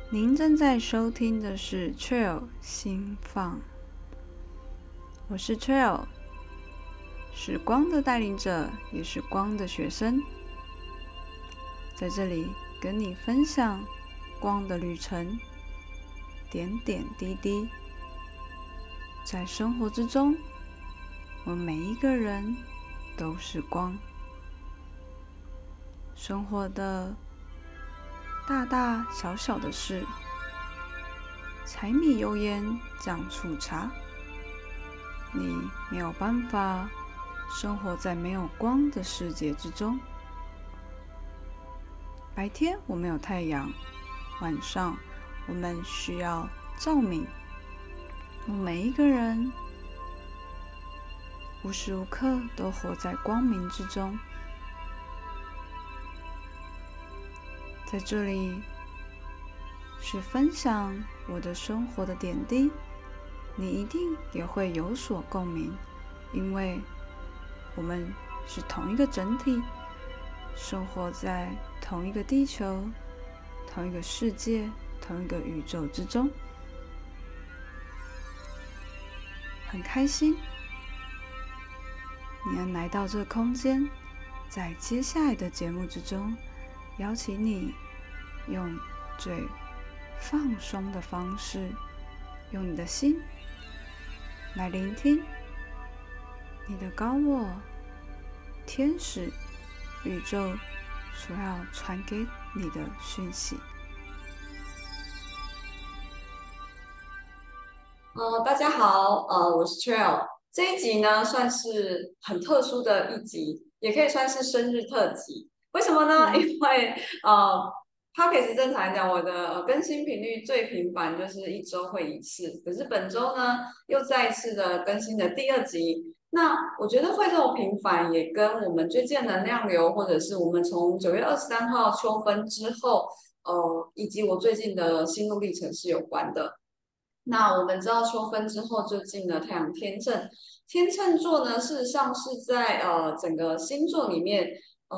您正在收听的是 Trail 心放，我是 Trail， 是光的带领者，也是光的学生，在这里跟你分享光的旅程，点点滴滴，在生活之中，我们每一个人都是光，生活的大大小小的事，柴米油盐酱醋茶，你没有办法生活在没有光的世界之中。白天我们有太阳，晚上我们需要照明。我们每一个人无时无刻都活在光明之中。在这里是分享我的生活的点滴，你一定也会有所共鸣，因为我们是同一个整体，生活在同一个地球，同一个世界，同一个宇宙之中。很开心你能来到这个空间，在接下来的节目之中，邀请你用最放松的方式，用你的心来聆听你的高我、天使、宇宙所要传给你的讯息。 大家好，我是 Trail。这一集呢，算是很特殊的一集，也可以算是生日特辑。为什么呢？因为Podcast 正常来讲，我的更新频率最频繁就是一周会一次，可是本周呢，又再一次的更新的第二集。那我觉得会这么频繁，也跟我们最近的能量流，或者是我们从9月23号秋分之后，以及我最近的心路历程是有关的。那我们知道秋分之后就进了太阳天秤，天秤座呢，事实上是在整个星座里面，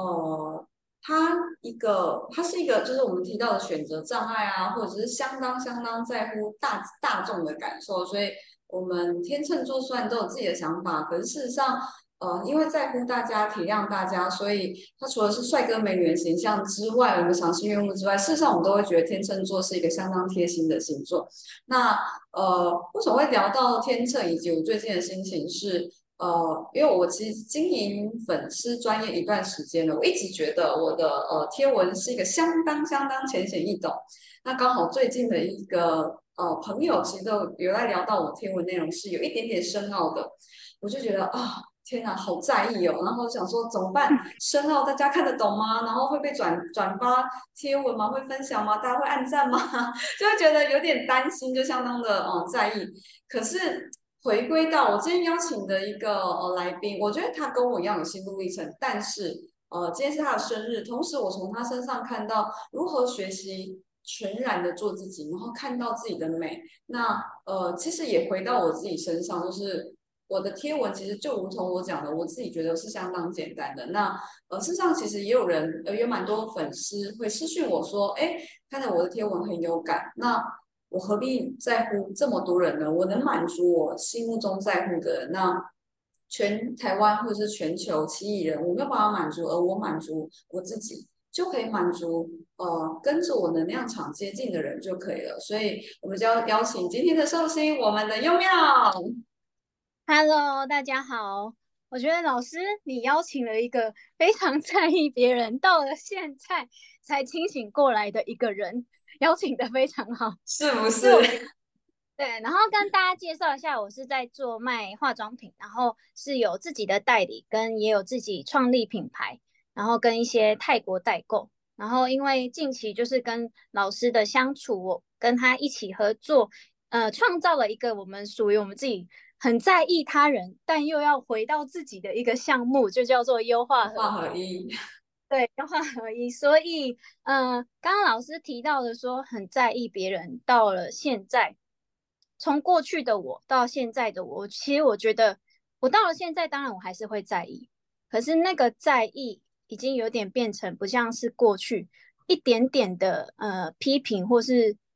它是一个就是我们提到的选择障碍啊，或者是相当在乎大众的感受，所以我们天秤座虽然都有自己的想法，可是事实上。因为在乎大家、体谅大家，所以他除了是帅哥美女的形象之外，我们赏心悦目之外，事实上我们都会觉得天秤座是一个相当贴心的星座。那为什么会聊到天秤，以及我最近的心情是，因为我其实经营粉丝专业一段时间了，我一直觉得我的贴文是一个相当浅显易懂。那刚好最近的一个朋友其实都有在聊到我贴文内容是有一点点深奥的，我就觉得啊。天哪，好在意哦！然后想说怎么办？深奥大家看得懂吗？然后会被转发贴文吗？会分享吗？大家会按赞吗？就会觉得有点担心，就相当的在意。可是回归到我今天邀请的一个来宾，我觉得他跟我一样有心路历程，但是今天是他的生日，同时我从他身上看到如何学习全然的做自己，然后看到自己的美。那其实也回到我自己身上，就是我的贴文其实就如同我讲的，我自己觉得是相当简单的。那事实上其实也有人有蛮多粉丝会私讯我说，哎，看到我的贴文很有感，那我何必在乎这么多人呢？我能满足我心目中在乎的人，那全台湾或者是全球7亿人，我没有办法满足，而我满足我自己，就可以满足跟着我能量场接近的人就可以了。所以，我们就要邀请今天的寿星，我们的幼妙。 Hello，大家好。我觉得老师你邀请了一个非常在意别人，到了现在才清醒过来的一个人，邀请的非常好。 是不就我是？ 对，然后跟大家介绍一下，我是在做卖化妆品，然后是有自己的代理，跟也有自己创立品牌，然后跟一些泰国代购。然后因为近期就是跟老师的相处，我跟他一起合作，创造了一个我们属于我们自己很在意他人，但又要回到自己的一个项目，就叫做优化合化一。 合一。 对，优化合一。所以，刚刚老师提到的说很在意别人，到了现在，从过去的我到现在的我，其实我觉得我到了现在，当然我还是会在意，可是那个在意已经有点变成不像是过去一点点的批评，或是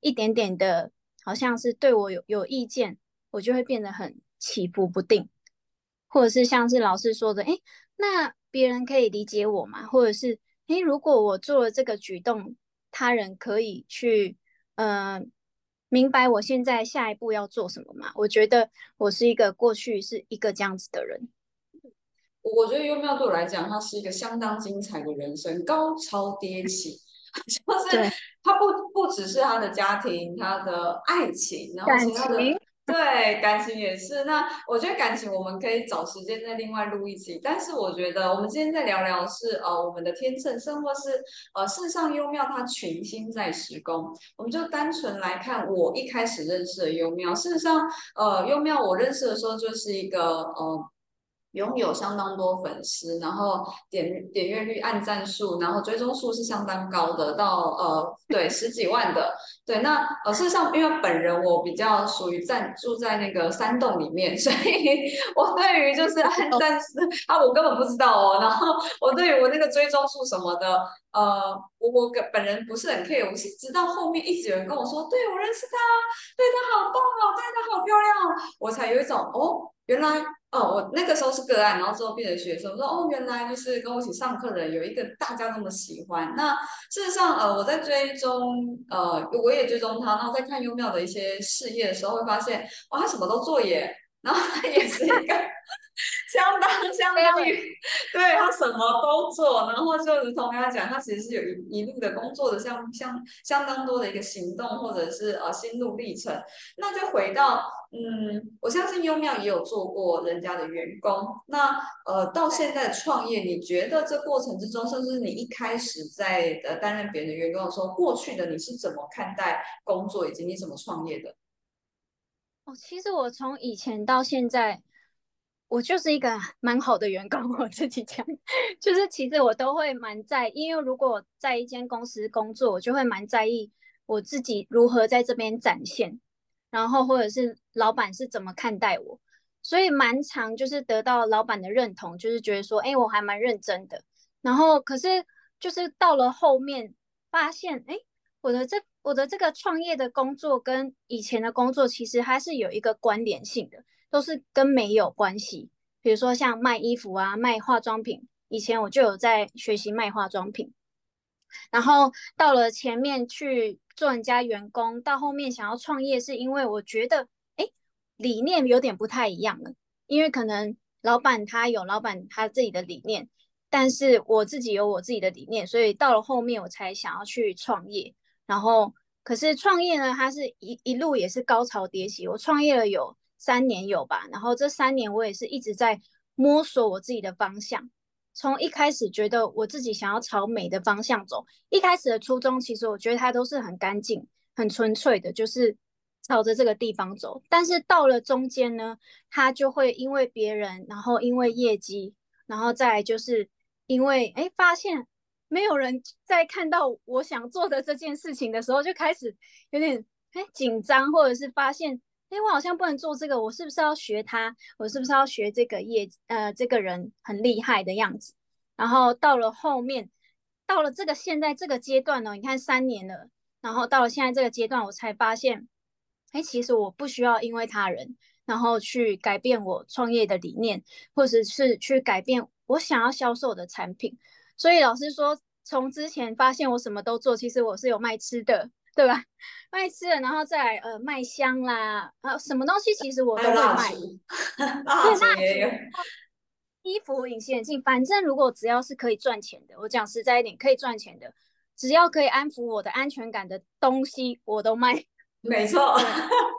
一点点的，好像是对我有意见，我就会变得很起伏不定，或者是像是老师说的，诶，那别人可以理解我吗？或者是，诶，如果我做了这个举动，他人可以去，明白我现在下一步要做什么吗？我觉得我是一个过去是一个这样子的人。 我觉得优妙对我来讲，它是一个相当精彩的人生，高潮迭起。就是对， 他不只是他的家庭，他的爱情，然后感其他的情， 对感情也是。那我觉得感情我们可以找时间再另外录一集，但是我觉得我们今天在聊聊是我们的天秤生活是事实上优妙它群星在时宫，我们就单纯来看我一开始认识的优妙。事实上优妙我认识的时候就是一个拥有相当多粉丝，然后点阅率、按赞数，然后追踪数是相当高的，到对十几万的。对，那事实上，因为本人我比较属于住在那个山洞里面，所以我对于就是按赞数我根本不知道哦。然后我对于我那个追踪数什么的，我本人不是很 care，我是直到后面一直有人跟我说，对我认识他，对他好棒哦，对他好漂亮哦，我才有一种原来我那个时候是个案，然后之后变成学生，我说原来就是跟我一起上课的人有一个大家那么喜欢。那事实上我在追踪我也追踪他，然后在看优妙的一些事业的时候，会发现哇，他什么都做耶，然后他也是一个相当于，对他什么都做，然后就如同他讲，他其实是有一路的工作的相当多的一个行动，或者是心路历程。那就回到我相信优妙也有做过人家的员工，那到现在创业，你觉得这过程之中，甚至你一开始在担任别人的员工的时候，过去的你是怎么看待工作，以及你怎么创业的？ 其实我从以前到现在，我就是一个蛮好的员工。我自己讲，就是其实我都会蛮在意，因为如果在一间公司工作，我就会蛮在意我自己如何在这边展现，然后或者是老板是怎么看待我，所以蛮常就是得到老板的认同，就是觉得说，哎，我还蛮认真的。然后可是就是到了后面发现，哎。我的这个创业的工作跟以前的工作其实还是有一个关联性的，都是跟美有关系。比如说像卖衣服啊、卖化妆品，以前我就有在学习卖化妆品，然后到了前面去做人家员工，到后面想要创业，是因为我觉得，哎，理念有点不太一样了。因为可能老板他有老板他自己的理念，但是我自己有我自己的理念，所以到了后面我才想要去创业。然后，可是创业呢，它是一路也是高潮迭起。我创业了有3年有吧，然后这3年我也是一直在摸索我自己的方向。从一开始觉得我自己想要朝美的方向走，一开始的初衷其实我觉得它都是很干净、很纯粹的，就是朝着这个地方走。但是到了中间呢，它就会因为别人，然后因为业绩，然后再来就是因为发现没有人在看到我想做的这件事情的时候，就开始有点紧张，或者是发现我好像不能做这个，我是不是要学他？我是不是要学这个这个人很厉害的样子？然后到了后面，到了这个现在这个阶段呢，你看3年了，然后到了现在这个阶段，我才发现，其实我不需要因为他人，然后去改变我创业的理念，或者是去改变我想要销售的产品。所以老师说，从之前发现我什么都做，其实我是有卖吃的，对吧？卖吃的，然后再来卖香啦，什么东西其实我还有都会卖。 蜡烛，蜡对，蜡烛、 烛也有。 衣服、隐形眼镜，反正如果只要是可以赚钱的，我讲实在一点，可以赚钱的，只要可以安抚我的安全感的东西，我都卖。 没错。 对，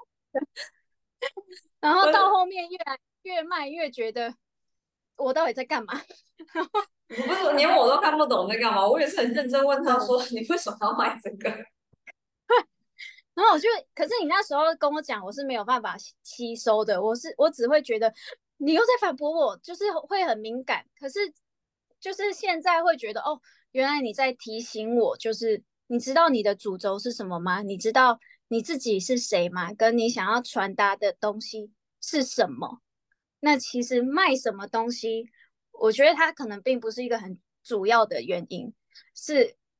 然后到后面越卖越觉得我到底在干嘛？ 我不是连我都看不懂在干嘛，我也是很认真问他对， 说：“你为什么要买这个？” 然后可是你那时候跟我讲，我是没有办法吸收的，我只会觉得你又在反驳我，就是会很敏感。可是就是现在会觉得，哦，原来你在提醒我，就是你知道你的主轴是什么吗？你知道你自己是谁吗？跟你想要传达的东西是什么？那其实卖什么东西，我觉得它可能并不是一个很主要的原因，是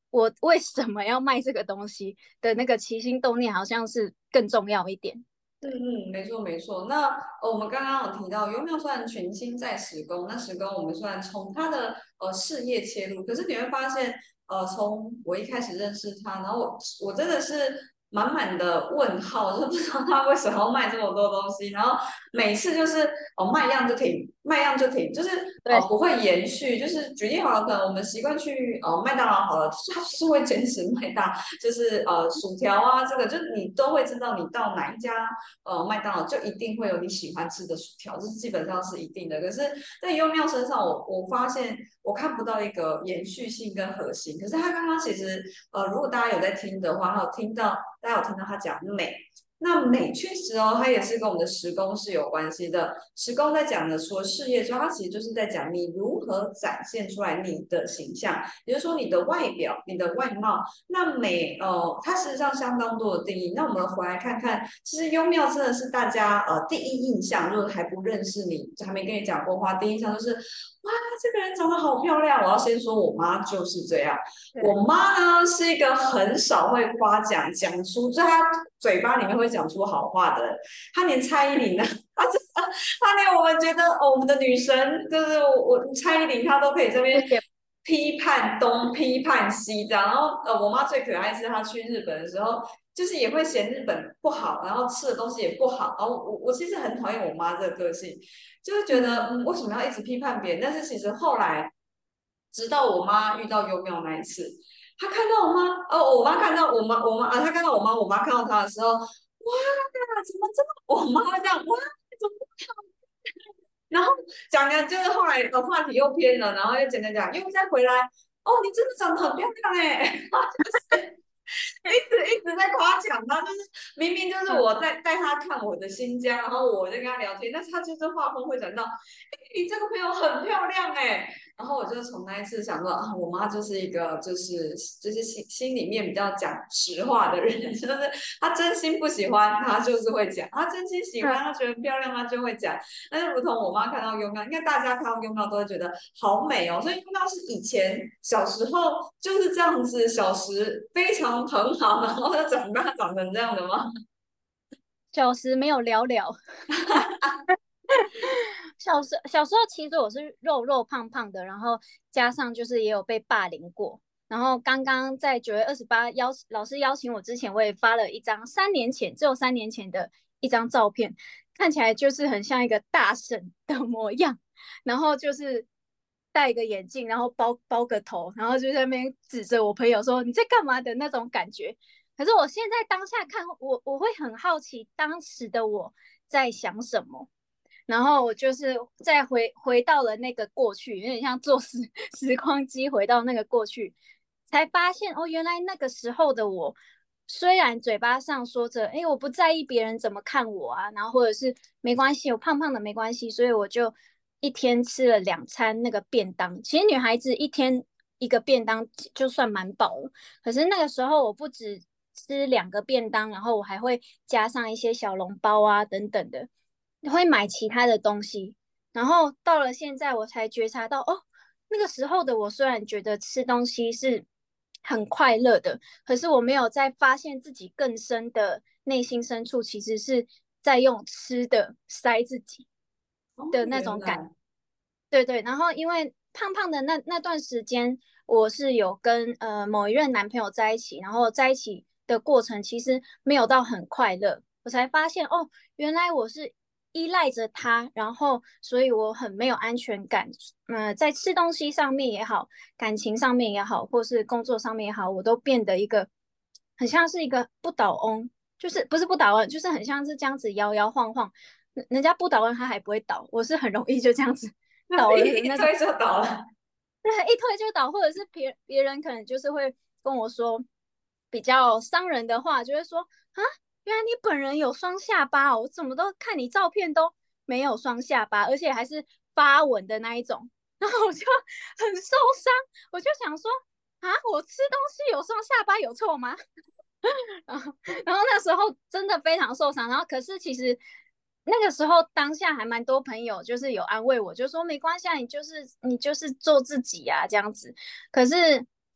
我为什么要卖这个东西的那个起心动念，好像是更重要一点。 没错没错。那我们刚刚有提到，优妙虽然全心在施工，那施工我们虽然从他的事业切入，可是你会发现，从我一开始认识他，然后我真的是满满的问号，就不知道他为什么要卖这么多东西，然后每次就是卖样就停，卖样就停，就是对， 不会延续。就是举例好了，可能我们习惯去麦当劳好了，就是他就是会坚持卖大，就是薯条啊，这个就你都会知道，你到哪一家麦当劳就一定会有你喜欢吃的薯条，这基本上是一定的。可是，在优妙身上，我发现我看不到一个延续性跟核心。可是他刚刚其实如果大家有在听的话，大家有听到他讲美。那美确实哦，它也是跟我们的时工是有关系的。时工在讲的，除了事业之外，它其实就是在讲你如何展现出来你的形象，也就是说你的外表、你的外貌。那美它事实上相当多的定义。那我们回来看看，其实优妙真的是大家第一印象，如果还不认识你，还没跟你讲过话，第一印象就是哇，这个人长得好漂亮。我要先说我妈就是这样。我妈呢是一个很少会夸奖、讲出在她嘴巴里面会讲出好话的人。她连蔡依林呢，她连我们觉得我们的女神，就是我蔡依林，她都可以这边批判东批判西这样。然后我妈最可爱是她去日本的时候，就是也会嫌日本不好，然后吃的东西也不好。然后我其实很讨厌我妈这个个性，就是觉得为什么要一直批判别人？但是其实后来，直到我妈遇到优妙那一次，她看到我妈，我妈看到我妈啊，她看到我妈，我妈看到她的时候，哇，怎么这么？我妈会这样，哇，怎么这么好？然后讲的就是后来话题又偏了，然后又讲，又再回来，哦，你真的长得很漂亮哎，就是一直在夸奖他，就是明明就是我在带他看我的新家，然后我在跟他聊天，但是他就是画风会转到，你这个朋友很漂亮哎，然后我就从那一次想到啊，我妈就是一个就是心里面比较讲实话的人，就是她真心不喜欢，她就是会讲；她真心喜欢，她觉得漂亮，她就会讲。那就如同我妈看到优妙，应该大家看到优妙都会觉得好美哦。所以优妙是以前小时候就是这样子，小时非常很好，然后长大长成这样的吗？ 小时没有聊聊。小时候其实我是肉肉胖胖的，然后加上就是也有被霸凌过。然后刚刚在9月28老师邀请我之前，我也发了一张只有3年前的一张照片，看起来就是很像一个大婶的模样，然后就是戴一个眼镜，然后包个头，然后就在那边指着我朋友说你在干嘛的那种感觉。可是我现在当下看我会很好奇当时的我在想什么。然后我就是再回到了那个过去，有点像坐时光机回到那个过去，才发现哦，原来那个时候的我，虽然嘴巴上说着，哎，我不在意别人怎么看我啊，然后或者是没关系，我胖胖的没关系，所以我就一天吃了2餐那个便当。其实女孩子一天一个便当就算蛮饱了，可是那个时候我不止吃2个便当，然后我还会加上一些小笼包啊等等的。会买其他的东西，然后到了现在我才觉察到，哦，那个时候的我虽然觉得吃东西是很快乐的，可是我没有在发现自己更深的内心深处，其实是在用吃的塞自己哦， 的那种感。 原来， 对对，然后因为胖胖的那段时间，我是有跟某一任男朋友在一起，然后在一起的过程其实没有到很快乐，我才发现哦，原来我是依赖着他，然后所以我很没有安全感。在吃东西上面也好，感情上面也好，或是工作上面也好，我都变得一个很像是一个不倒翁，就是不是不倒翁，就是很像是这样子摇摇晃晃。人家不倒翁他还不会倒，我是很容易就这样子那倒了一的那种。 推就倒了。 对，一推就倒，或者是别人可能就是会跟我说比较伤人的话，就会说啊，原来你本人有双下巴哦，我怎么都看你照片都没有双下巴，而且还是发纹的那一种，然后我就很受伤，我就想说啊，我吃东西有双下巴有错吗？然后那时候真的非常受伤，然后可是其实那个时候当下还蛮多朋友就是有安慰我，就说没关系啊，你就是做自己啊这样子。可是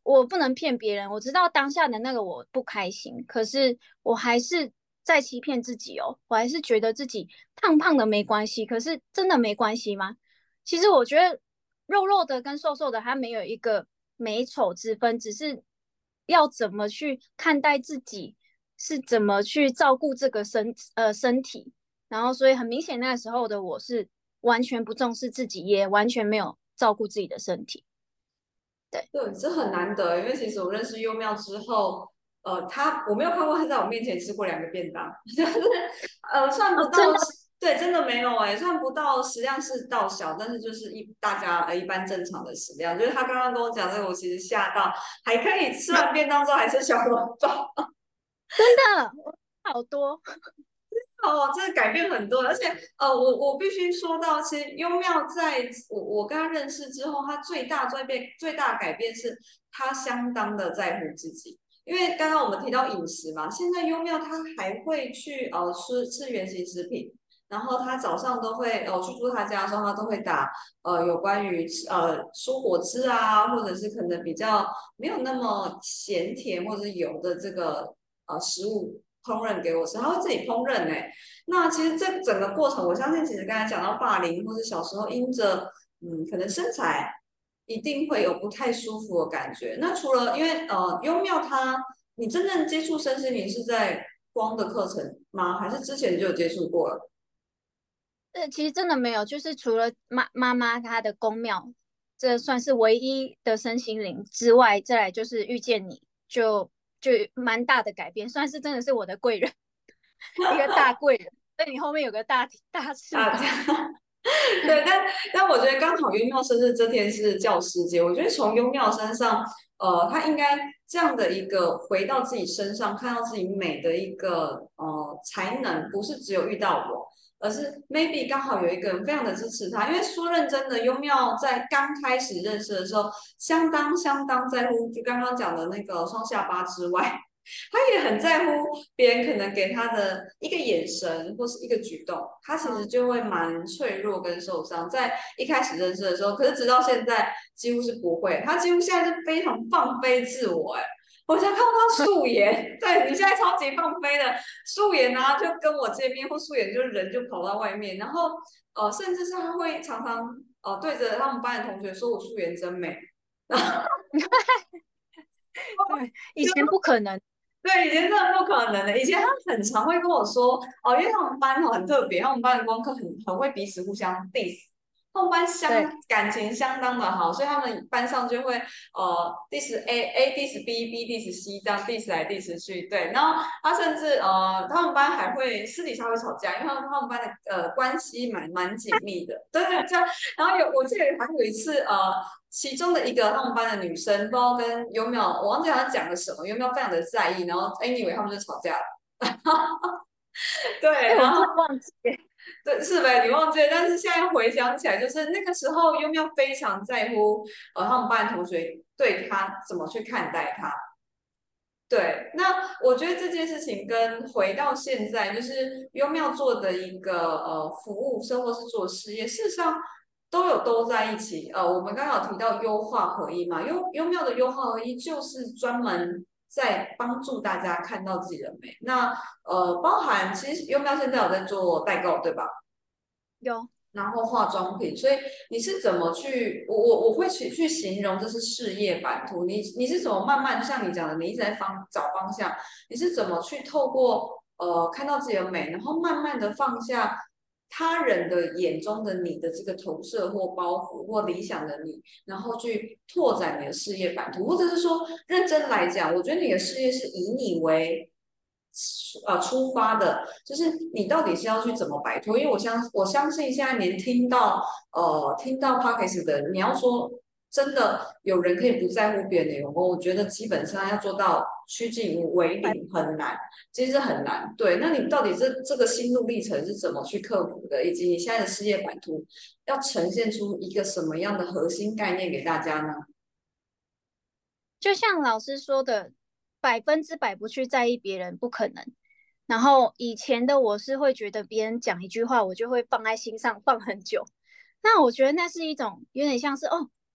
我不能骗别人，我知道当下的那个我不开心，可是我还是在欺骗自己哦，我还是觉得自己胖胖的没关系，可是真的没关系吗？其实我觉得肉肉的跟瘦瘦的，它没有一个美丑之分，只是要怎么去看待自己，是怎么去照顾这个身体。然后，所以很明显，那个时候的我是完全不重视自己，也完全没有照顾自己的身体。对， 对，这很难得，因为其实我认识幼妙之后，我没有看过他在我面前吃过2个便当，就是算不哦，真到， 的对，真的没有哎、算不到食量是到小，但是就是大家一般正常的食量。就是他刚刚跟我讲这个，我其实吓到，还可以吃完便当之后还吃小笼包。 真的好多。 哦，这改变很多，而且我必须说到，其实优妙在我跟他认识之后，他最大的改变是他相当的在乎自己。因为刚刚我们提到饮食嘛，现在优妙他还会去吃原形食品，然后他早上都会去住他家的时候，他都会打有关于蔬果汁啊，或者是可能比较没有那么咸甜或者是油的这个食物烹饪给我吃，他会自己烹饪呢。那其实这整个过程，我相信其实刚才讲到霸凌，或是小时候因着可能身材一定会有不太舒服的感觉。那除了因为优妙你真正接触身心灵是在光的课程吗？还是之前就有接触过了？ 其实真的没有，就是除了妈妈她的宫庙，这算是唯一的身心灵之外，再来就是遇见你就蛮大的改变，算是真的是我的贵人，一个大贵人，在你后面有个大翅啊，这膀。 样对，但我觉得刚好优妙生日这天是教师节，我觉得从优妙身上，他应该这样的一个回到自己身上，看到自己美的一个才能，不是只有遇到我，而是 maybe 刚好有一个人非常的支持他。因为说认真的，优妙在刚开始认识的时候，相当在乎，就刚刚讲的那个双下巴之外。他也很在乎别人可能给他的一个眼神或是一个举动，他其实就会蛮脆弱跟受伤。在一开始认识的时候，可是直到现在几乎是不会，他几乎现在是非常放飞自我。哎，我现在看到他素颜，对你现在超级放飞的素颜啊，就跟我见面或素颜就人就跑到外面，然后甚至是他会常常对着他们班的同学说我素颜真美。 对，以前不可能。 对，以前真的不可能的。以前他很常会跟我说，因为他们班很特别，他们班的功课很会彼此互相 diss，他们班对， 感情相当的好，所以他们班上就会diss A diss B diss C 这样 diss 来 diss 去。对，然后他甚至他们班还会私底下会吵架，因为他们班的关系蛮紧密的。对对，这样。然后我记得好像有一次其中的一个他们班的女生，不知道跟优妙，我忘记他讲了什么，优妙非常的在意，然后 anyway 他们就吵架了。对， 哎，我然后真的忘记了。 对是呗，你忘记了，但是现在回想起来，就是那个时候优妙非常在乎他们班的同学对他怎么去看待他。对，那我觉得这件事情跟回到现在，就是优妙做的一个服务，甚或是做事业，事实上都在一起。我们刚刚有提到优化合一嘛，优妙的优化合一就是专门在帮助大家看到自己的美。那包含其实优妙现在有在做代购，对吧？ 有。 然后化妆品，所以你是怎么去？我会去形容这是事业版图。你是怎么慢慢，就像你讲的，你一直在找方向，你是怎么去透过看到自己的美，然后慢慢的放下他人的眼中的你的这个投射或包袱或理想的你，然后去拓展你的事业版图，或者是说认真来讲，我觉得你的事业是以你为出发的，就是你到底是要去怎么摆脱？因为我相信现在连听到 Podcast 的人，你要说真的有人可以不在乎别人的眼光，我觉得基本上要做到趋近于为零很难，其实很难。对，那你到底这个心路历程是怎么去克服的？以及你现在的事业版图要呈现出一个什么样的核心概念给大家呢？ 就像老师说的，100%不去在意别人，不可能。然后以前的我是会觉得别人讲一句话，我就会放在心上放很久。那我觉得那是一种有点像是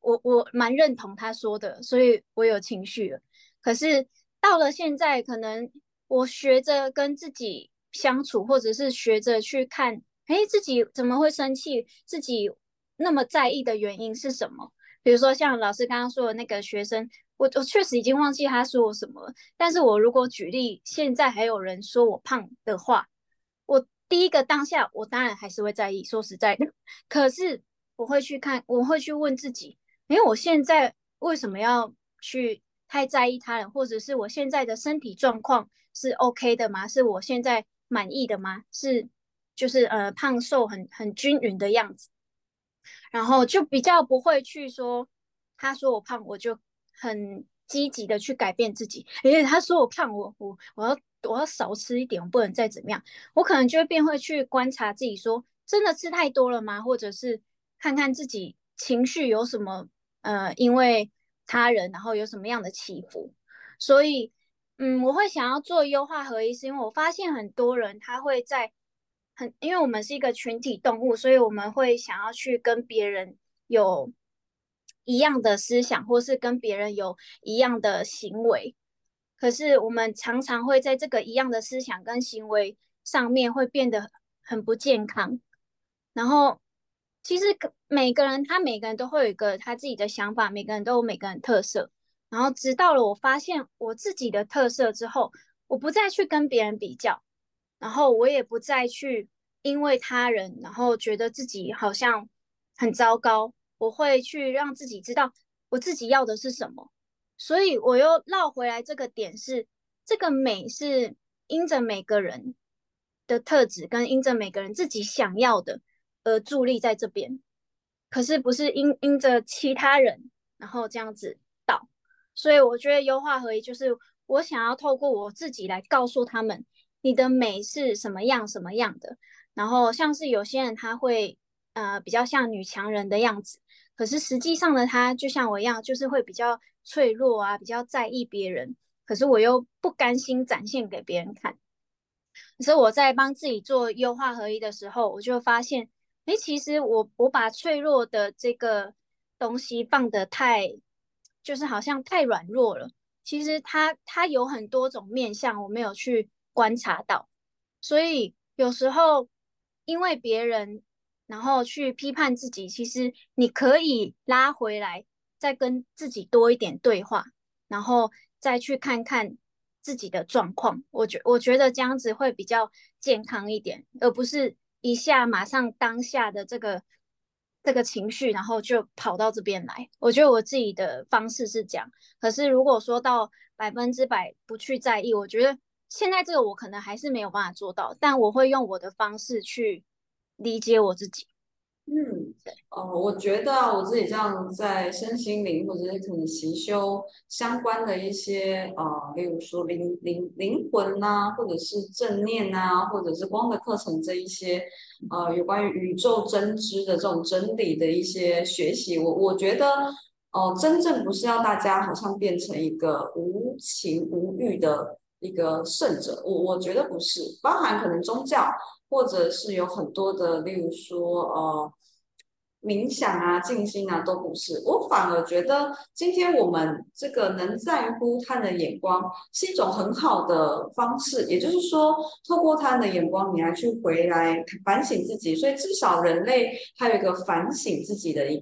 我蛮认同他说的，所以我有情绪了。可是到了现在，可能我学着跟自己相处，或者是学着去看，哎，自己怎么会生气，自己那么在意的原因是什么？比如说像老师刚刚说的那个学生，我确实已经忘记他说我什么了，但是我如果举例，现在还有人说我胖的话，我第一个当下我当然还是会在意，说实在的，可是我会去看，我会去问自己，因为我现在为什么要去太在意他人，或者是我现在的身体状况是 OK 的吗？是我现在满意的吗？是就是胖瘦很均匀的样子，然后就比较不会去说他说我胖，我就很积极的去改变自己。因为他说我胖，我要少吃一点，我不能再怎么样。我可能就会变会去观察自己说，真的吃太多了吗？或者是看看自己情绪有什么因为他人然后有什么样的起伏。所以我会想要做优化合一，是因为我发现很多人他会在因为我们是一个群体动物，所以我们会想要去跟别人有一样的思想，或是跟别人有一样的行为。可是我们常常会在这个一样的思想跟行为上面会变得很不健康。然后其实每个人都会有一个他自己的想法，每个人都有每个人特色。然后直到了我发现我自己的特色之后，我不再去跟别人比较，然后我也不再去因为他人，然后觉得自己好像很糟糕。我会去让自己知道我自己要的是什么。所以我又绕回来这个点是，这个美是因着每个人的特质跟因着每个人自己想要的而伫立在这边，可是不是因着其他人然后这样子倒。所以我觉得优化合一就是我想要透过我自己来告诉他们，你的美是什么样什么样的。然后像是有些人他会比较像女强人的样子，可是实际上呢，他就像我一样，就是会比较脆弱啊，比较在意别人，可是我又不甘心展现给别人看。可是我在帮自己做优化合一的时候，我就发现，诶，其实我把脆弱的这个东西放得就是好像太软弱了。其实它有很多种面向，我没有去观察到。所以有时候因为别人，然后去批判自己，其实你可以拉回来，再跟自己多一点对话，然后再去看看自己的状况。我觉得这样子会比较健康一点，而不是一下马上当下的这个情绪，然后就跑到这边来。我觉得我自己的方式是这样。可是如果说到100%不去在意，我觉得现在这个我可能还是没有办法做到，但我会用我的方式去理解我自己。 嗯，我觉得啊，我自己这样在身心灵或者是可能习修相关的一些例如说灵魂呐、或者是正念呐、或者是光的课程这一些有关于宇宙真知的这种真理的一些学习，我觉得真正不是要大家好像变成一个无情无欲的一个圣者，我觉得不是，包含可能宗教。或者是有很多的，例如说冥想啊、静心啊，都不是。我反而觉得，今天我们这个能在乎他人的眼光，是一种很好的方式。也就是说，透过他人的眼光，你来去回来反省自己。所以，至少人类还有一个反省自己的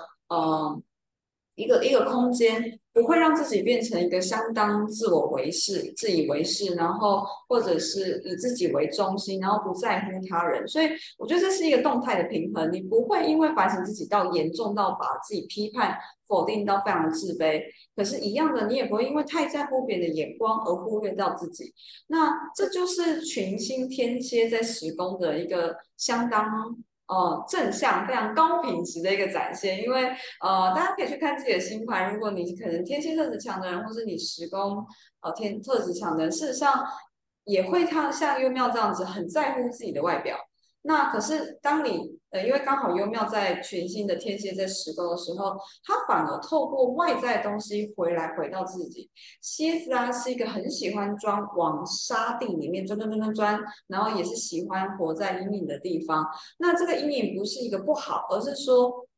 一个空间，不会让自己变成一个相当自我为是、自以为是，然后或者是以自己为中心，然后不在乎他人。所以我觉得这是一个动态的平衡，你不会因为反省自己到严重到把自己批判、否定到非常的自卑，可是，一样的，你也不会因为太在乎别人的眼光而忽略到自己。那这就是群星天蝎在时宫的一个相当正向、非常高品质的一个展现。因为大家可以去看自己的星盘，如果你可能天蝎特质强的人，或是你时宫天特质强的人，事实上也会像幽妙这样子，很在乎自己的外表。那可是当你因为刚好幽妙在全新的天蝎在时宫的时候，它反而透过外在的东西回到自己。蝎子啊是一个很喜欢往沙地里面钻，然后也是喜欢活在阴影的地方。那这个阴影不是一个不好，而是说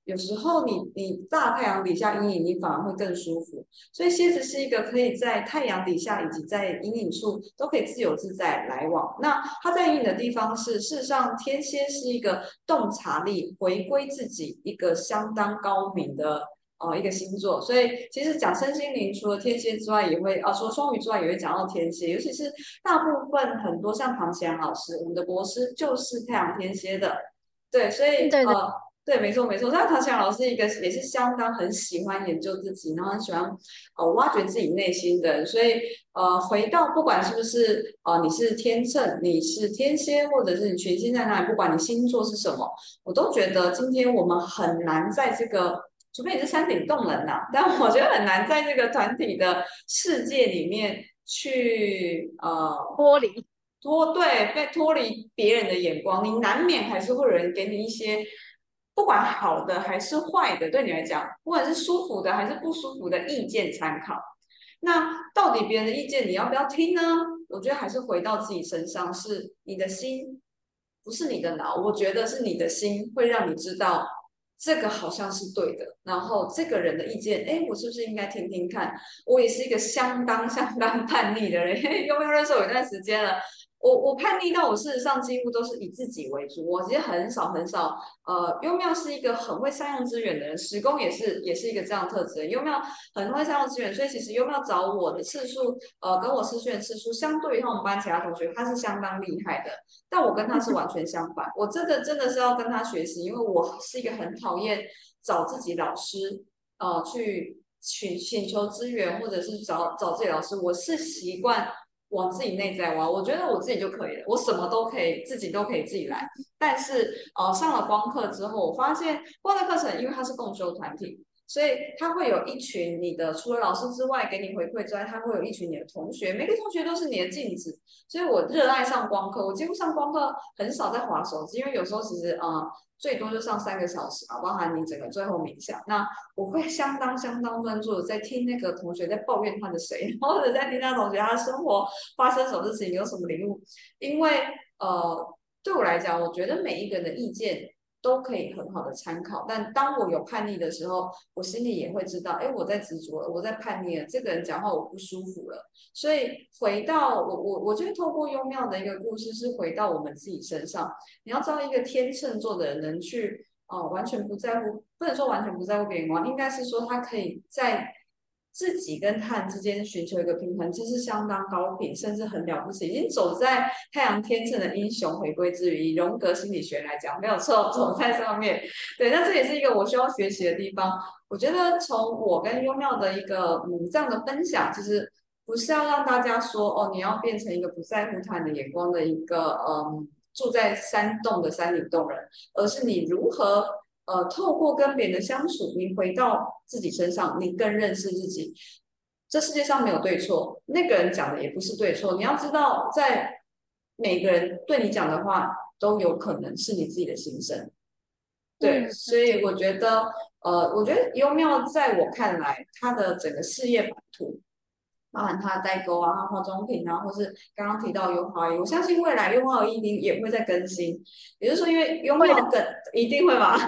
有时候你大太阳底下阴影，你反而会更舒服。所以蝎子是一个可以在太阳底下以及在阴影处都可以自由自在来往。那它在阴影的地方是，事实上天蝎是一个洞察力、回归自己一个相当高明的一个星座。所以其实讲身心灵，除了天蝎之外，也会除了双鱼之外，也会讲到天蝎。尤其是大部分很多像唐启阳老师，我们的博士就是太阳天蝎的。对，所以对对， 对，没错没错。像唐启阳老师一个也是相当很喜欢研究自己，然后很喜欢挖掘自己内心的人。所以回到不管是不是你是天秤，你是天蝎，或者是你群星在哪里，不管你星座是什么，我都觉得今天我们很难在这个，除非你是山顶洞人呐、但我觉得很难在这个团体的世界里面去脱离。 被脱离别人的眼光，你难免还是会有人给你一些，不管好的还是坏的，对你来讲，不管是舒服的还是不舒服的意见参考。那到底别人的意见你要不要听呢？我觉得还是回到自己身上，是你的心，不是你的脑。我觉得是你的心会让你知道这个好像是对的，然后这个人的意见，哎，我是不是应该听听看？我也是一个相当相当叛逆的人，有没有认识我一段时间了？我叛逆到我事实上几乎都是以自己为主，我其实很少很少，优妙是一个很会善用资源的人，时工也是一个这样的特质，优妙很会善用资源，所以其实优妙找我的次数，跟我私讯的次数，相对于他们班其他同学，他是相当厉害的，但我跟他是完全相反，我真的是要跟他学习，因为我是一个很讨厌找自己老师，去请求资源，或者是找自己老师，我是习惯往自己内在挖，我觉得我自己就可以了，我什么都可以，自己都可以自己来。但是上了光课之后，我发现光的课程，因为它是共修团体，所以它会有一群你的，除了老师之外给你回馈之外，它会有一群你的同学，每个同学都是你的镜子。所以我热爱上光课，我几乎上光课很少在滑手机，因为有时候其实最多就上3个小时嘛，包含你整个最后冥想。那我会相当相当专注的在听那个同学在抱怨他的谁，或者在听那同学他的生活发生什么事情，有什么领悟。因为对我来讲，我觉得每一个人的意见都可以很好的参考。但当我有叛逆的时候，我心里也会知道，哎，我在执着了，我在叛逆了，这个人讲话我不舒服了。所以回到我觉得透过优妙的一个故事，是回到我们自己身上。你要知道，一个天秤座的人能去完全不在乎，不能说完全不在乎别人眼光，应该是说他可以在自己跟他人之间寻求一个平衡，这是相当高品，甚至很了不起，已经走在太阳天秤的英雄回归之余，以荣格心理学来讲，没有错，走在上面。对，那这也是一个我需要学习的地方。我觉得从我跟优妙的一个这样的分享，其实不是要让大家说哦，你要变成一个不在乎他人的眼光的一个住在山洞的山顶洞人，而是你如何透过跟别人的相处，你回到自己身上，你更认识自己。这世界上没有对错，那个人讲的也不是对错。你要知道，在每个人对你讲的话，都有可能是你自己的心声。对，所以我觉得优妙在我看来，他的整个事业版图，包含他的代购啊、化妆品啊，或是刚刚提到优华衣，我相信未来优华衣一定也会在更新。也就是说，因为优会的， 妙一定会吧，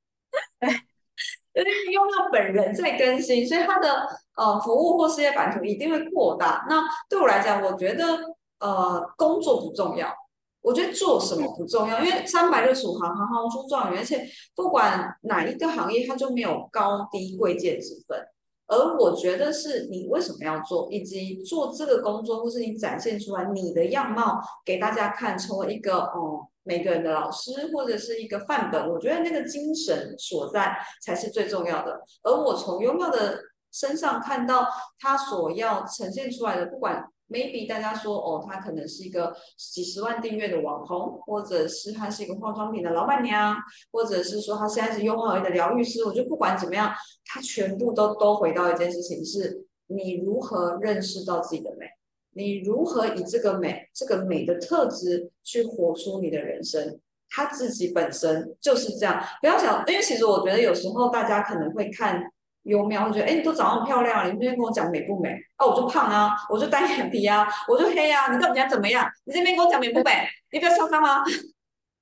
因为优妙本人在更新，所以他的服务或事业版图一定会扩大。那对我来讲，我觉得工作不重要，我觉得做什么不重要，因为365行，行行出状元，而且不管哪一个行业，它就没有高低贵贱之分。而我觉得是你为什么要做，以及做这个工作，或是你展现出来你的样貌给大家看，成为一个每个人的老师或者是一个范本。我觉得那个精神所在才是最重要的。而我从优妙的身上看到他所要呈现出来的，不管 maybe 大家说哦，他可能是一个几十万订阅的网红，或者是他是一个化妆品的老板娘，或者是说他现在是优好的疗愈师，我觉得不管怎么样，他全部都回到一件事情，是你如何认识到自己的美，你如何以这个美的特质去活出你的人生。他自己本身就是这样，不要想，因为其实我觉得有时候大家可能会看优喵，会觉得哎，你都长那么漂亮，你这边跟我讲美不美？啊，我就胖啊，我就单眼皮啊，我就黑啊，你到底想怎么样？你这边跟我讲美不美？你不要嚣张吗？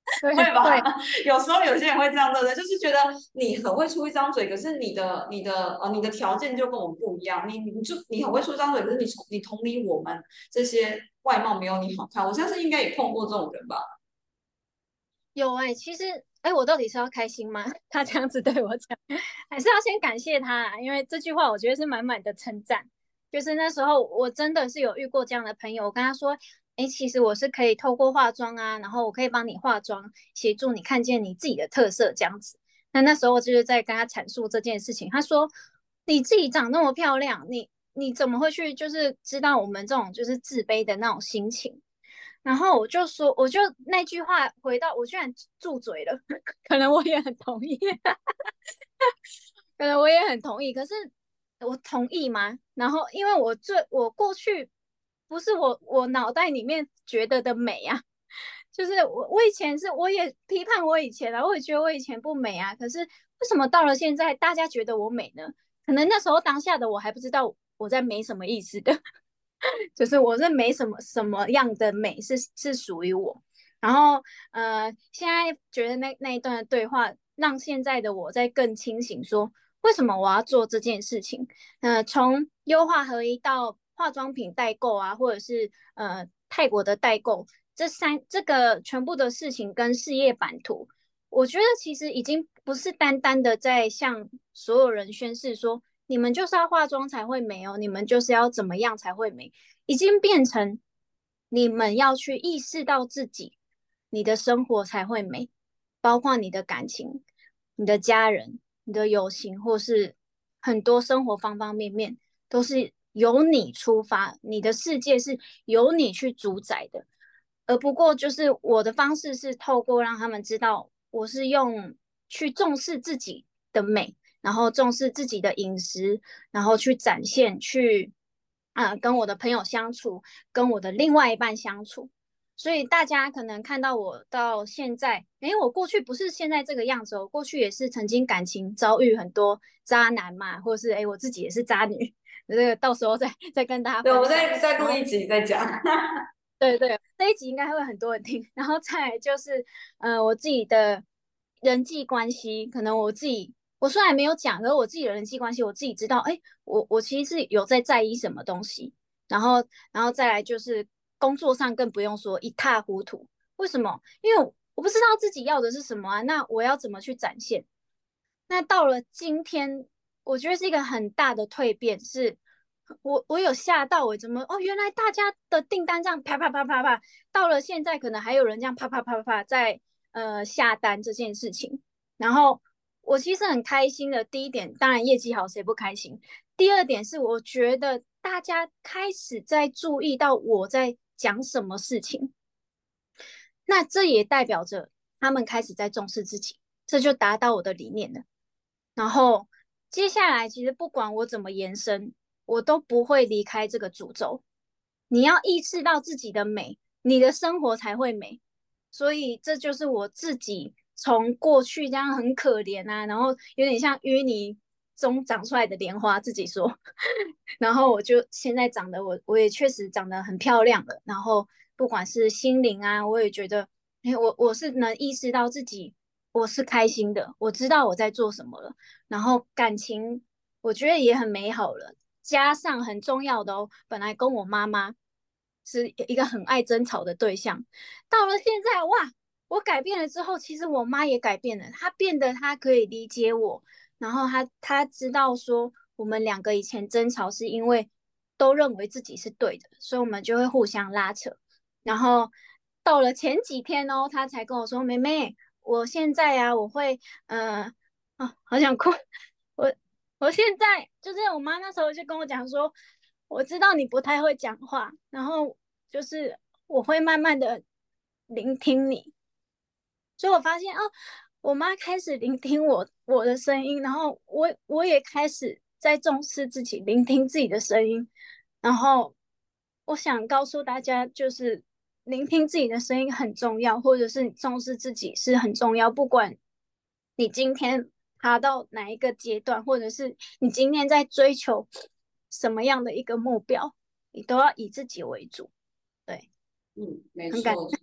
对会吧？ 会有时候有些人会这样，对不对？就是觉得你很会出一张嘴，可是你的条件就跟我们不一样。你很会出一张嘴，可是你同理我们这些外貌没有你好看。我相信应该也碰过这种人吧？ 有其实我到底是要开心吗？他这样子对我讲，还是要先感谢他啊，因为这句话我觉得是满满的称赞。就是那时候我真的是有遇过这样的朋友，我跟他说，其实我是可以透过化妆啊，然后我可以帮你化妆，协助你看见你自己的特色这样子。那时候就是在跟他阐述这件事情，他说你自己长那么漂亮，你怎么会去就是知道我们这种就是自卑的那种心情？然后我就说，我就那句话回到，我居然住嘴了，可能我也很同意，可能我也很同意，可是我同意吗？然后因为我过去不是我脑袋里面觉得的美啊，就是我以前我也批判我以前啊，我也觉得我以前不美啊，可是为什么到了现在大家觉得我美呢？可能那时候当下的我还不知道我在美什么意思的。就是我是没什么样的美是属于我。然后现在觉得那一段的对话，让现在的我在更清醒说，为什么我要做这件事情？从优化合一到化妆品代购啊，或者是泰国的代购，这个全部的事情跟事业版图，我觉得其实已经不是单单的在向所有人宣示说，你们就是要化妆才会美哦，你们就是要怎么样才会美，已经变成你们要去意识到自己，你的生活才会美，包括你的感情、你的家人、你的友情，或是很多生活方方面面，都是由你出发，你的世界是由你去主宰的。而不过就是我的方式是透过让他们知道，我是用去重视自己的美，然后重视自己的饮食，然后去展现，去跟我的朋友相处，跟我的另外一半相处。所以大家可能看到我到现在，我过去不是现在这个样子哦，过去也是曾经感情遭遇很多渣男嘛，或者是我自己也是渣女，这个到时候再跟大家对，我们分享。 再录然后一集再讲。 对对，这一集应该会很多人听。然后再来就是，我自己的人际关系，可能我虽然没有讲，可是我自己的人际关系，我自己知道，我其实是有在意什么东西。然后，再来就是工作上更不用说一塌糊涂。为什么？因为我不知道自己要的是什么啊，那我要怎么去展现？那到了今天，我觉得是一个很大的蜕变，是我有吓到怎么原来大家的订单这样啪啪啪啪啪，到了现在可能还有人这样啪啪啪啪在下单这件事情。然后我其实很开心的，第一点当然业绩好谁不开心，第二点是我觉得大家开始在注意到我在讲什么事情，那这也代表着他们开始在重视自己，这就达到我的理念了。然后接下来其实不管我怎么延伸，我都不会离开这个主轴。你要意识到自己的美，你的生活才会美。所以这就是我自己从过去这样很可怜啊，然后有点像淤泥中长出来的莲花，自己说。然后我就现在长得我也确实长得很漂亮了。然后不管是心灵啊，我也觉得，我是能意识到自己我是开心的，我知道我在做什么了。然后感情我觉得也很美好了，加上很重要的哦，本来跟我妈妈是一个很爱争吵的对象，到了现在哇，我改变了之后，其实我妈也改变了，她变得她可以理解我，然后她知道说我们两个以前争吵是因为都认为自己是对的，所以我们就会互相拉扯。然后到了前几天哦，她才跟我说：“妹妹，我现在啊，我会好想哭。我我现在就是我妈那时候就跟我讲说，我知道你不太会讲话，然后就是我会慢慢的聆听你。所以我发现哦，我妈开始聆听我的声音，然后我也开始在重视自己，聆听自己的声音。然后我想告诉大家，就是聆听自己的声音很重要，或者是你重视自己是很重要。不管你今天爬到哪一个阶段，或者是你今天在追求什么样的一个目标，你都要以自己为主。对， 嗯，没很感错，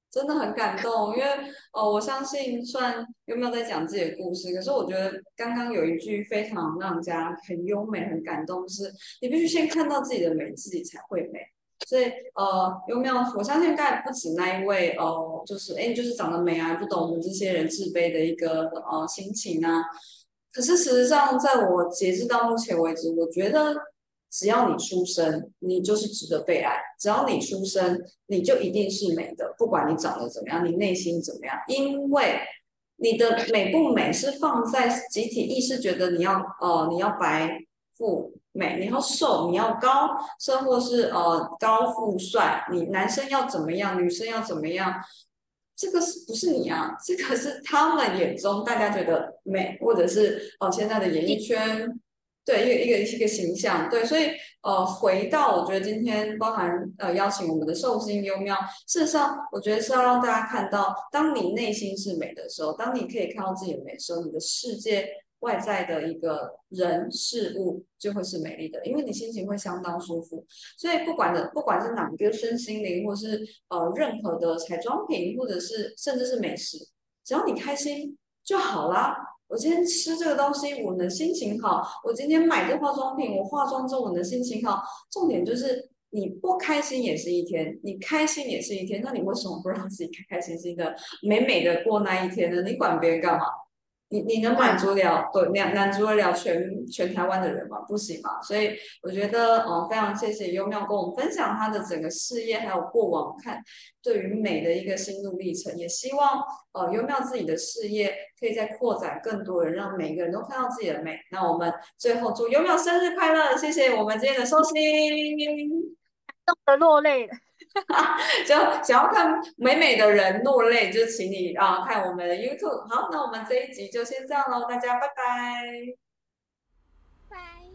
真的很感动，因为我相信虽然有没有在讲自己的故事，可是我觉得刚刚有一句非常让人家很优美、很感动是，你必须先看到自己的美，自己才会美。所以有没有？我相信大概不止那一位就是你就是长得美啊，不懂我们这些人自卑的一个心情啊。可是事实上，在我截至到目前为止，我觉得只要你出生，你就是值得被爱；只要你出生，你就一定是美的，不管你长得怎么样，你内心怎么样，因为你的美不美是放在集体意识，觉得你要白富美，你要瘦，你要高，甚或是高富帅，你男生要怎么样，女生要怎么样，这个不是你啊？这个是他们眼中大家觉得美，或者是现在的演艺圈，对一个形象，对，所以回到我觉得今天包含邀请我们的寿星优妙，事实上我觉得是要让大家看到，当你内心是美的时候，当你可以看到自己的美的时候，你的世界外在的一个人事物就会是美丽的，因为你心情会相当舒服。所以不管是哪一个身心灵，或是任何的彩妆品，或者是甚至是美食，只要你开心就好啦。我今天吃这个东西，我的心情好；我今天买这化妆品，我化妆之后我的心情好。重点就是你不开心也是一天，你开心也是一天。那你为什么不让自己开开心心的、美美的过那一天呢？你管别人干嘛？你能满足了满足得了全台湾的人吗？不行嘛。所以我觉得非常谢谢优妙跟我们分享他的整个事业，还有过往看对于美的一个心路历程。也希望优妙自己的事业可以再扩展更多人，让每个人都看到自己的美。那我们最后祝优妙生日快乐！谢谢我们今天的寿星。 动得落泪了。 就想要看美美的人落泪，就请你看我们的 YouTube。好，那我们这一集就先这样喽，大家拜拜。 拜。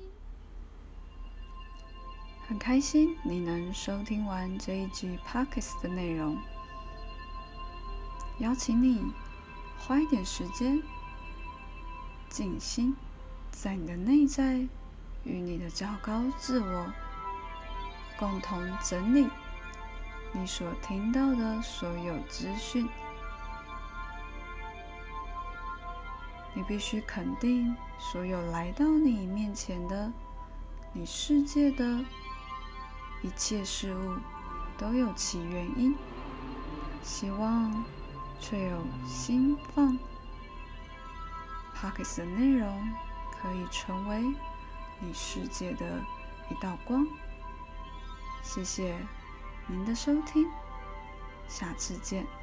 很开心你能收听完这一集 Podcast 的内容，邀请你花一点时间静心，在你的内在与你的较高自我共同整理你所听到的所有资讯。你必须肯定所有来到你面前的你世界的一切事物都有其原因，希望却有心放 Podcast 的内容可以成为你世界的一道光。谢谢您的收听，下次见。